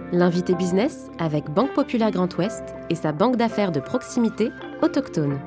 L'invité business avec Banque Populaire Grand Ouest et sa banque d'affaires de proximité autochtone.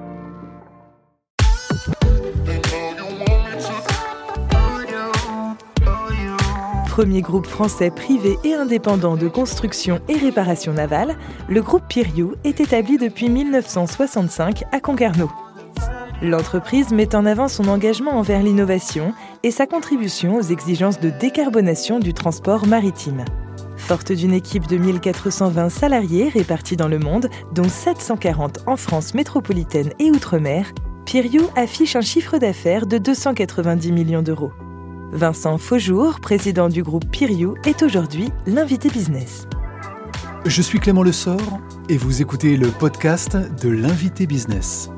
Premier groupe français privé et indépendant de construction et réparation navale, le groupe Piriou est établi depuis 1965 à Concarneau. L'entreprise met en avant son engagement envers l'innovation et sa contribution aux exigences de décarbonation du transport maritime. Forte d'une équipe de 1420 salariés répartis dans le monde, dont 740 en France métropolitaine et outre-mer, Piriou affiche un chiffre d'affaires de 290 millions d'euros. Vincent Faujour, président du groupe Piriou, est aujourd'hui l'invité business. Je suis Clément Lessort et vous écoutez le podcast de l'invité business.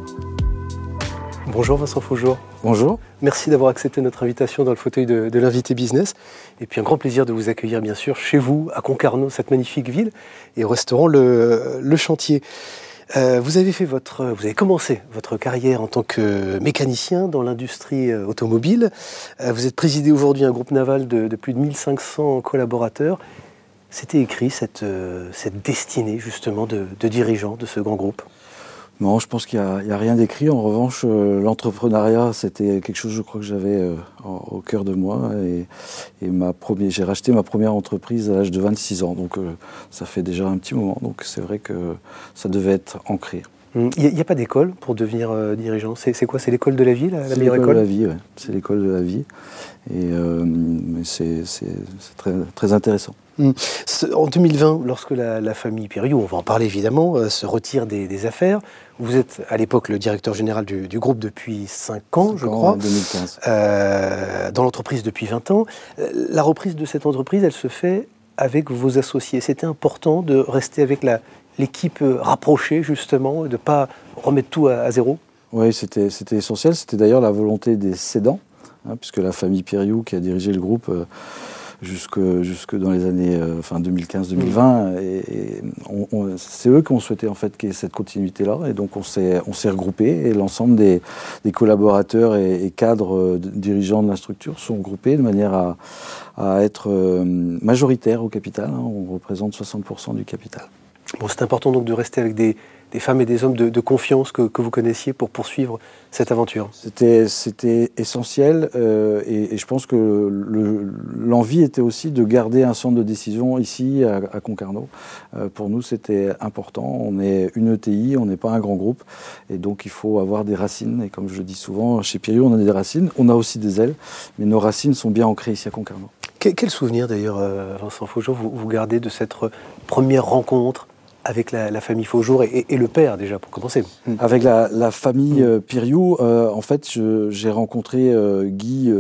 Bonjour Vincent Faujour. Bonjour. Merci d'avoir accepté notre invitation dans le fauteuil de l'invité business. Et puis un grand plaisir de vous accueillir bien sûr chez vous, à Concarneau, cette magnifique ville, et au restaurant Le Chantier. Vous avez commencé votre carrière en tant que mécanicien dans l'industrie automobile. Vous êtes présidé aujourd'hui un groupe naval de plus de 1500 collaborateurs. C'était écrit cette destinée justement de dirigeant de ce grand groupe? Non, je pense qu'il n'y a rien d'écrit. En revanche, l'entrepreneuriat, c'était quelque chose, je crois, que j'avais au cœur de moi. Et j'ai racheté ma première entreprise à l'âge de 26 ans. Donc, ça fait déjà un petit moment. Donc, c'est vrai que ça devait être ancré. Il n'y a pas d'école pour devenir dirigeant. C'est quoi? C'est l'école de la vie, la meilleure école? C'est l'école de la vie, oui. C'est l'école de la vie. Et mais c'est très, très intéressant. En 2020, lorsque la famille Piriou, on va en parler évidemment, se retire des affaires, vous êtes à l'époque le directeur général du groupe depuis 5 ans, je crois. En 2015. Dans l'entreprise depuis 20 ans. La reprise de cette entreprise, elle se fait avec vos associés. C'était important de rester avec l'équipe rapprochée, justement, de ne pas remettre tout à zéro? Oui, c'était essentiel. C'était d'ailleurs la volonté des cédants, puisque la famille Piriou, qui a dirigé le groupe jusque dans les années 2015-2020, c'est eux qui ont souhaité en fait qu'il y ait cette continuité-là, et donc on s'est regroupés, et l'ensemble des collaborateurs et cadres dirigeants de la structure sont groupés de manière à être majoritaires au capital. On représente 60% du capital. Bon, c'est important donc de rester avec des femmes et des hommes de confiance que vous connaissiez pour poursuivre cette aventure. C'était essentiel, et je pense que l'envie était aussi de garder un centre de décision ici à Concarneau. Pour nous, c'était important. On est une ETI, on n'est pas un grand groupe, et donc il faut avoir des racines. Et comme je le dis souvent, chez Piriou, on a des racines, on a aussi des ailes, mais nos racines sont bien ancrées ici à Concarneau. Quel souvenir d'ailleurs, Vincent Faujour, vous gardez de cette première rencontre avec la famille Faujour et le père, déjà, pour commencer? Avec la famille Piriou, en fait, j'ai rencontré Guy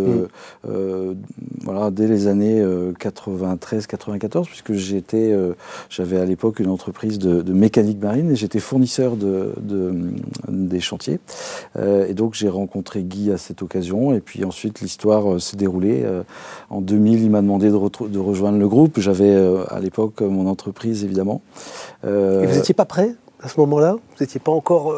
dès les années 93-94, puisque j'avais à l'époque une entreprise de mécanique marine, et j'étais fournisseur des chantiers. Et donc, j'ai rencontré Guy à cette occasion, et puis ensuite, l'histoire s'est déroulée. En 2000, il m'a demandé de rejoindre le groupe. J'avais à l'époque mon entreprise, évidemment. Et vous n'étiez pas prêt à ce moment-là? Vous n'étiez pas encore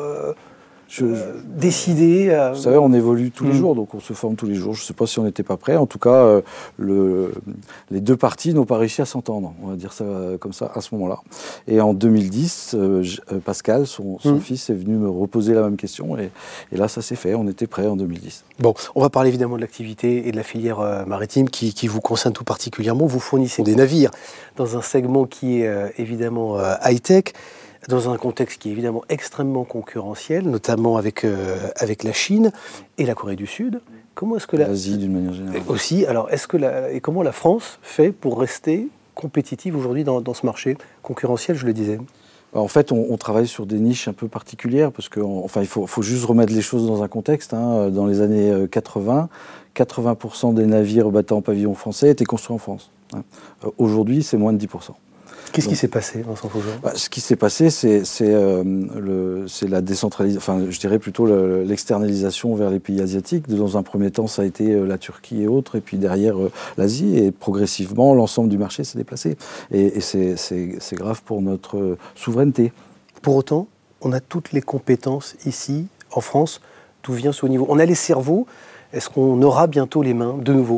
décidé Vous savez, on évolue tous les jours, donc on se forme tous les jours. Je ne sais pas si on n'était pas prêt. En tout cas, les deux parties n'ont pas réussi à s'entendre, on va dire ça comme ça, à ce moment-là. Et en 2010, Pascal, son fils, est venu me reposer la même question. Et là, ça s'est fait. On était prêt en 2010. Bon, on va parler évidemment de l'activité et de la filière maritime qui vous concerne tout particulièrement. Vous fournissez des navires dans un segment qui est évidemment high-tech, dans un contexte qui est évidemment extrêmement concurrentiel, notamment avec la Chine et la Corée du Sud. Comment est-ce que l'Asie d'une manière générale aussi. Alors, et comment la France fait pour rester compétitive aujourd'hui dans ce marché concurrentiel, je le disais? En fait, on travaille sur des niches un peu particulières, parce que, il faut juste remettre les choses dans un contexte. Dans les années 80% des navires battant pavillon français étaient construits en France. Aujourd'hui, c'est moins de 10%. Qu'est-ce qui s'est passé, Vincent Faujour ? Ce qui s'est passé, c'est la décentralisation, je dirais plutôt l'externalisation vers les pays asiatiques. Dans un premier temps, ça a été la Turquie et autres, et puis derrière l'Asie, et progressivement, l'ensemble du marché s'est déplacé. Et c'est grave pour notre souveraineté. Pour autant, on a toutes les compétences ici, en France. Tout vient sur ce niveau. On a les cerveaux. Est-ce qu'on aura bientôt les mains de nouveau ?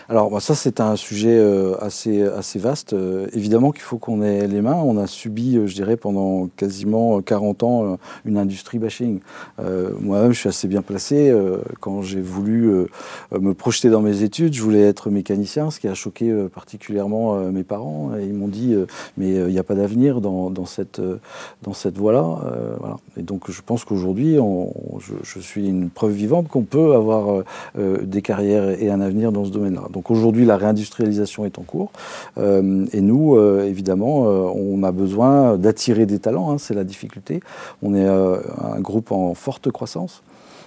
Alors ça c'est un sujet assez vaste. Évidemment qu'il faut qu'on ait les mains. On a subi, je dirais, pendant quasiment 40 ans une industrie bashing. Moi-même je suis assez bien placé. Quand j'ai voulu me projeter dans mes études, je voulais être mécanicien, ce qui a choqué particulièrement mes parents. Et ils m'ont dit mais il n'y a pas d'avenir dans cette voie-là. Voilà. Et donc je pense qu'aujourd'hui je suis une preuve vivante qu'on peut avoir des carrières et un avenir dans ce domaine-là. Donc aujourd'hui, la réindustrialisation est en cours. Et nous, évidemment, on a besoin d'attirer des talents, hein, c'est la difficulté. On est un groupe en forte croissance.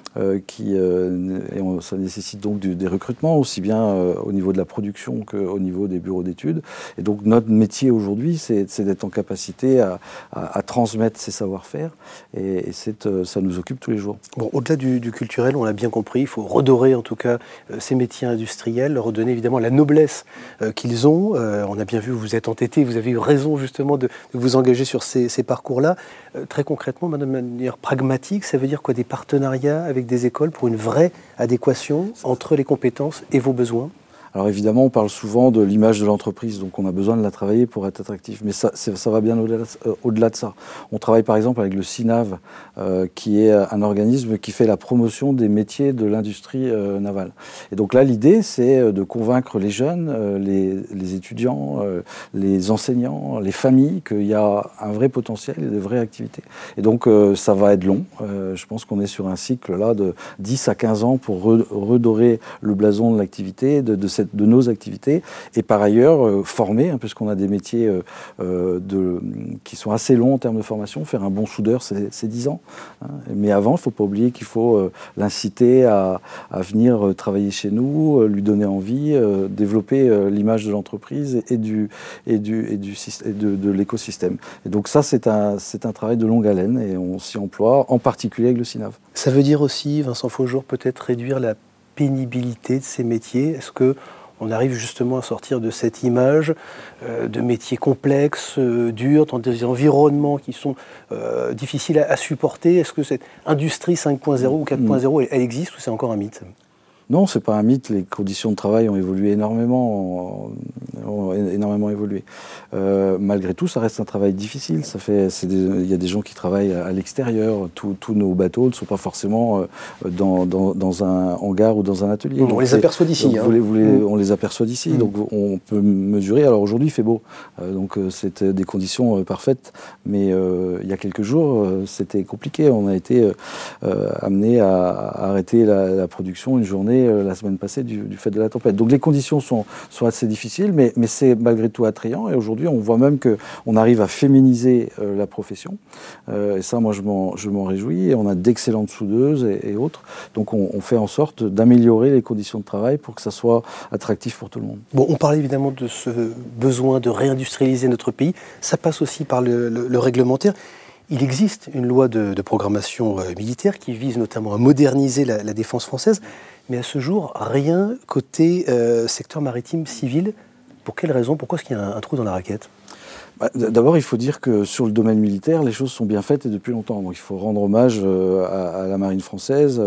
Ça nécessite donc des recrutements, aussi bien au niveau de la production qu'au niveau des bureaux d'études. Et donc notre métier aujourd'hui, c'est d'être en capacité à transmettre ces savoir-faire. Et ça nous occupe tous les jours. Bon, au-delà du culturel, on l'a bien compris, il faut redorer en tout cas ces métiers industriels, leur redonner évidemment la noblesse qu'ils ont. On a bien vu, vous êtes entêté, vous avez eu raison justement de vous engager sur ces parcours-là. Très concrètement, de manière pragmatique, ça veut dire quoi? Des partenariats avec des écoles pour une vraie adéquation entre les compétences et vos besoins? Alors évidemment, on parle souvent de l'image de l'entreprise, donc on a besoin de la travailler pour être attractif. Mais ça va bien au-delà de ça. On travaille par exemple avec le CINAV, qui est un organisme qui fait la promotion des métiers de l'industrie navale. Et donc là, l'idée, c'est de convaincre les jeunes, les étudiants, les enseignants, les familles, qu'il y a un vrai potentiel et de vraies activités. Et donc ça va être long. Je pense qu'on est sur un cycle là de 10 à 15 ans pour redorer le blason de l'activité, de nos activités, et par ailleurs former, hein, puisqu'on a des métiers qui sont assez longs en termes de formation. Faire un bon soudeur, c'est 10 ans. Hein. Mais avant, il ne faut pas oublier qu'il faut l'inciter à venir travailler chez nous, lui donner envie, développer l'image de l'entreprise et de l'écosystème. Et donc ça, c'est un travail de longue haleine et on s'y emploie, en particulier avec le CINAV. Ça veut dire aussi, Vincent Faujour, peut-être réduire la pénibilité de ces métiers? Est-ce qu'on arrive justement à sortir de cette image de métiers complexes, durs, dans des environnements qui sont difficiles à supporter? Est-ce que cette industrie 5.0 ou 4.0, elle existe ou c'est encore un mythe? Non, c'est pas un mythe. Les conditions de travail ont évolué énormément, évolué. Malgré tout, ça reste un travail difficile. Il y a des gens qui travaillent à l'extérieur. Tous nos bateaux ne sont pas forcément dans un hangar ou dans un atelier. On les aperçoit d'ici. On les aperçoit d'ici. Donc on peut mesurer. Alors aujourd'hui, il fait beau. Donc c'est des conditions parfaites. Mais il y a quelques jours, c'était compliqué. On a été amené à arrêter la production une journée la semaine passée du fait de la tempête. Donc les conditions sont assez difficiles, mais c'est malgré tout attrayant. Et aujourd'hui, on voit même qu'on arrive à féminiser la profession. Et ça, moi, je m'en réjouis. Et on a d'excellentes soudeuses et autres. Donc on fait en sorte d'améliorer les conditions de travail pour que ça soit attractif pour tout le monde. Bon, on parlait évidemment de ce besoin de réindustrialiser notre pays. Ça passe aussi par le réglementaire. Il existe une loi de programmation militaire qui vise notamment à moderniser la défense française, mais à ce jour, rien côté secteur maritime civil. Pour quelle raison? Pourquoi est-ce qu'il y a un trou dans la raquette? D'abord, il faut dire que sur le domaine militaire, les choses sont bien faites et depuis longtemps. Donc, il faut rendre hommage à la marine française,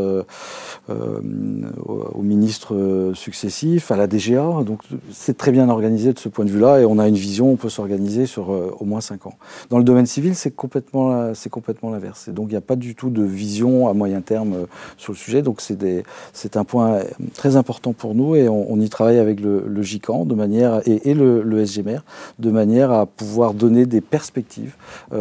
aux ministres successifs, à la DGA. Donc, c'est très bien organisé de ce point de vue-là et on a une vision, on peut s'organiser sur au moins 5 ans. Dans le domaine civil, c'est complètement l'inverse. Et donc, il n'y a pas du tout de vision à moyen terme sur le sujet. Donc, c'est un point très important pour nous et on y travaille avec le GICAN de manière, et le SGMR de manière à pouvoir donner des perspectives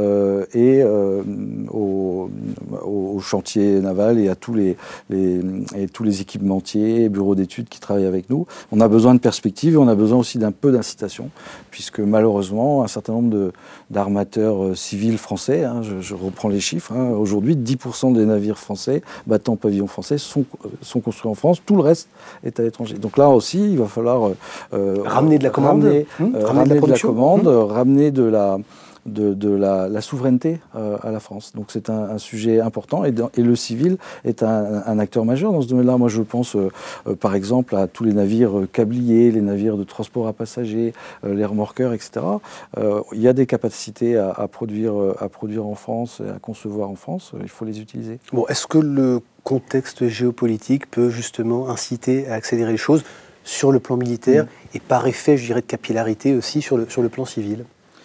au chantier naval et à tous les équipementiers, bureaux d'études qui travaillent avec nous. On a besoin de perspectives et on a besoin aussi d'un peu d'incitation, puisque malheureusement, un certain nombre d'armateurs civils français, hein, je reprends les chiffres, hein, aujourd'hui 10% des navires français battant pavillon français sont construits en France, tout le reste est à l'étranger. Donc là aussi, il va falloir ramener de la commande, ramener de la commande, ramener de la souveraineté à la France. Donc c'est un sujet important et le civil est un acteur majeur dans ce domaine-là. Moi je pense par exemple à tous les navires câbliers, les navires de transport à passagers, les remorqueurs, etc. Il y a des capacités à produire en France, à concevoir en France, il faut les utiliser. Bon, est-ce que le contexte géopolitique peut justement inciter à accélérer les choses sur le plan militaire et par effet, je dirais, de capillarité aussi sur le plan civil?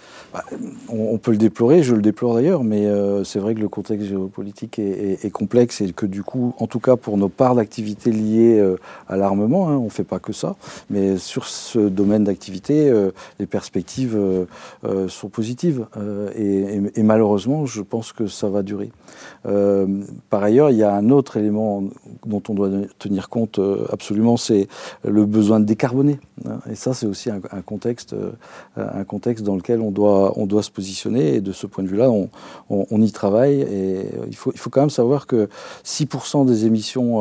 On peut le déplorer, je le déplore d'ailleurs, mais c'est vrai que le contexte géopolitique est complexe et que du coup, en tout cas pour nos parts d'activité liées à l'armement, on ne fait pas que ça, mais sur ce domaine d'activité, les perspectives sont positives et malheureusement, je pense que ça va durer. Par ailleurs, il y a un autre élément dont on doit tenir compte absolument, c'est le besoin de décarboner. Et ça, c'est aussi un contexte dans lequel on doit se positionner, et de ce point de vue-là, on y travaille. Et il faut quand même savoir que 6% des émissions,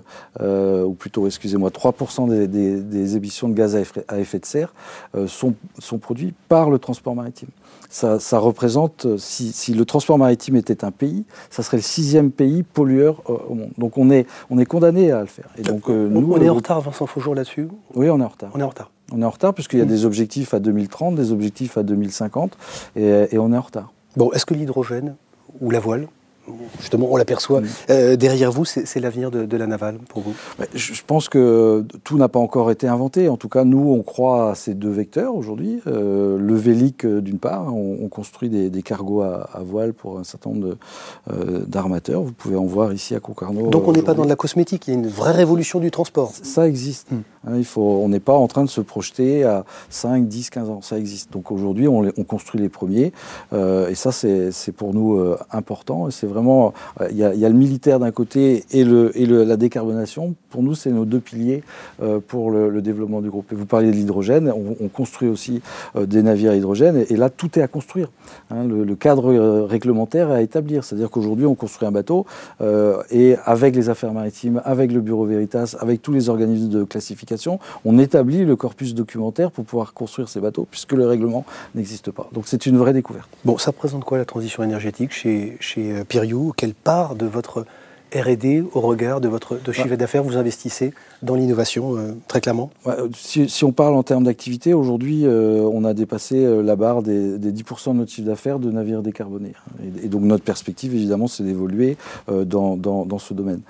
ou plutôt, 3% des émissions de gaz à effet de serre sont produits par le transport maritime. Ça représente, si le transport maritime était un pays, ça serait le 6e pays pollueur au monde. Donc on est condamné à le faire. Et donc, on est en retard, Vincent Faujour, là-dessus? Oui, on est en retard. On est en retard. On est en retard puisqu'il y a des objectifs à 2030, des objectifs à 2050, et on est en retard. Bon, est-ce que l'hydrogène ou la voile, justement, on l'aperçoit derrière vous, c'est l'avenir de la navale pour vous? Je pense que tout n'a pas encore été inventé. En tout cas, nous, on croit à ces deux vecteurs aujourd'hui. Le Vélic, d'une part, on construit des cargos à voile pour un certain nombre d'armateurs. Vous pouvez en voir ici à Concarneau. Donc on n'est pas dans de la cosmétique, il y a une vraie révolution du transport. Ça existe. On n'est pas en train de se projeter à 5, 10, 15 ans. Ça existe. Donc aujourd'hui, on construit les premiers. Et ça, c'est pour nous important. Et c'est vraiment, il y a le militaire d'un côté et la décarbonation. Pour nous, c'est nos deux piliers pour le développement du groupe. Et vous parliez de l'hydrogène. On construit aussi des navires à hydrogène. Et là, tout est à construire. Le cadre réglementaire est à établir. C'est-à-dire qu'aujourd'hui, on construit un bateau et avec les affaires maritimes, avec le Bureau Veritas, avec tous les organismes de classification, on établit le corpus documentaire pour pouvoir construire ces bateaux, puisque le règlement n'existe pas. Donc c'est une vraie découverte. Bon, ça représente quoi la transition énergétique chez Piriou? Quelle part de votre R&D au regard de votre chiffre d'affaires vous investissez dans l'innovation, très clairement? Si on parle en termes d'activité, aujourd'hui, on a dépassé la barre des 10% de notre chiffre d'affaires de navires décarbonés. Et donc notre perspective, évidemment, c'est d'évoluer dans ce domaine.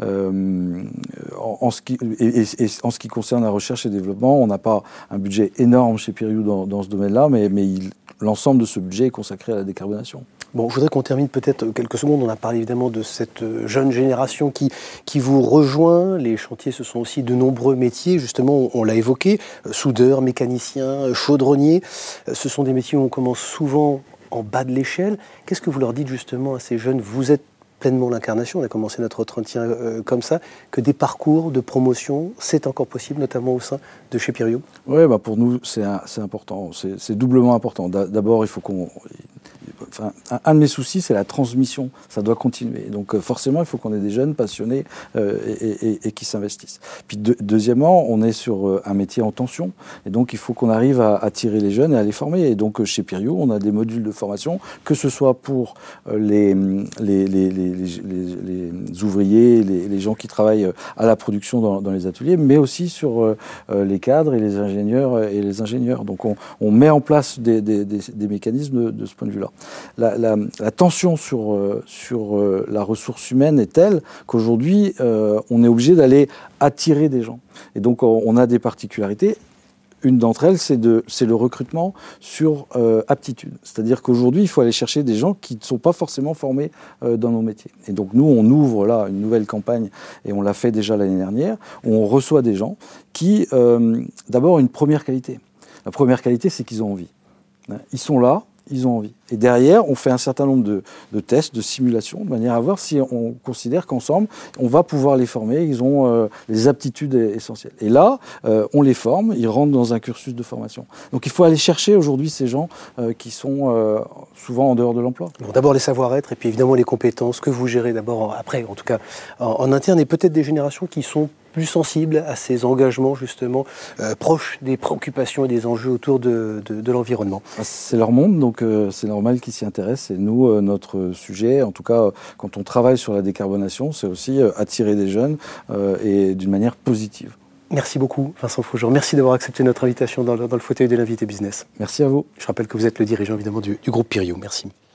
En ce qui concerne la recherche et développement, on n'a pas un budget énorme chez Piriou dans ce domaine-là, mais l'ensemble de ce budget est consacré à la décarbonation. Bon, je voudrais qu'on termine peut-être quelques secondes. On a parlé évidemment de cette jeune génération qui vous rejoint. Les chantiers, ce sont aussi de nombreux métiers. Justement, on l'a évoqué, soudeur, mécanicien, chaudronnier. Ce sont des métiers où on commence souvent en bas de l'échelle. Qu'est-ce que vous leur dites justement à ces jeunes? Vous êtes pleinement l'incarnation, on a commencé notre entretien comme ça, que des parcours de promotion, c'est encore possible, notamment au sein de chez Piriou? Oui, pour nous, c'est important. C'est doublement important. D'abord, il faut qu'on... Enfin, un de mes soucis, c'est la transmission. Ça doit continuer. Donc forcément, il faut qu'on ait des jeunes passionnés et qui s'investissent. Puis deuxièmement, on est sur un métier en tension. Et donc, il faut qu'on arrive à attirer les jeunes et à les former. Et donc, chez Piriou, on a des modules de formation, que ce soit pour les ouvriers, les gens qui travaillent à la production dans les ateliers, mais aussi sur les cadres et les ingénieurs. Donc, on met en place des mécanismes de ce point de vue-là. La tension sur la ressource humaine est telle qu'aujourd'hui, on est obligé d'aller attirer des gens. Et donc, on a des particularités. Une d'entre elles, c'est le recrutement sur aptitude. C'est-à-dire qu'aujourd'hui, il faut aller chercher des gens qui ne sont pas forcément formés dans nos métiers. Et donc, nous, on ouvre là une nouvelle campagne, et on l'a fait déjà l'année dernière, où on reçoit des gens qui, d'abord, ont une première qualité. La première qualité, c'est qu'ils ont envie. Ils sont là, ils ont envie. Et derrière, on fait un certain nombre de tests, de simulations, de manière à voir si on considère qu'ensemble, on va pouvoir les former, ils ont les aptitudes essentielles. Et là, on les forme, ils rentrent dans un cursus de formation. Donc il faut aller chercher aujourd'hui ces gens qui sont souvent en dehors de l'emploi. Bon, d'abord les savoir-être et puis évidemment les compétences que vous gérez d'abord, après en tout cas en interne, et peut-être des générations qui sont plus sensibles à ces engagements justement proches des préoccupations et des enjeux autour de l'environnement. C'est leur monde, donc c'est normal qu'ils s'y intéressent. Et nous, notre sujet, en tout cas quand on travaille sur la décarbonation, c'est aussi attirer des jeunes et d'une manière positive. Merci beaucoup Vincent Faujour, merci d'avoir accepté notre invitation dans le fauteuil de l'invité business. Merci à vous. Je rappelle que vous êtes le dirigeant évidemment du groupe Piriou, merci.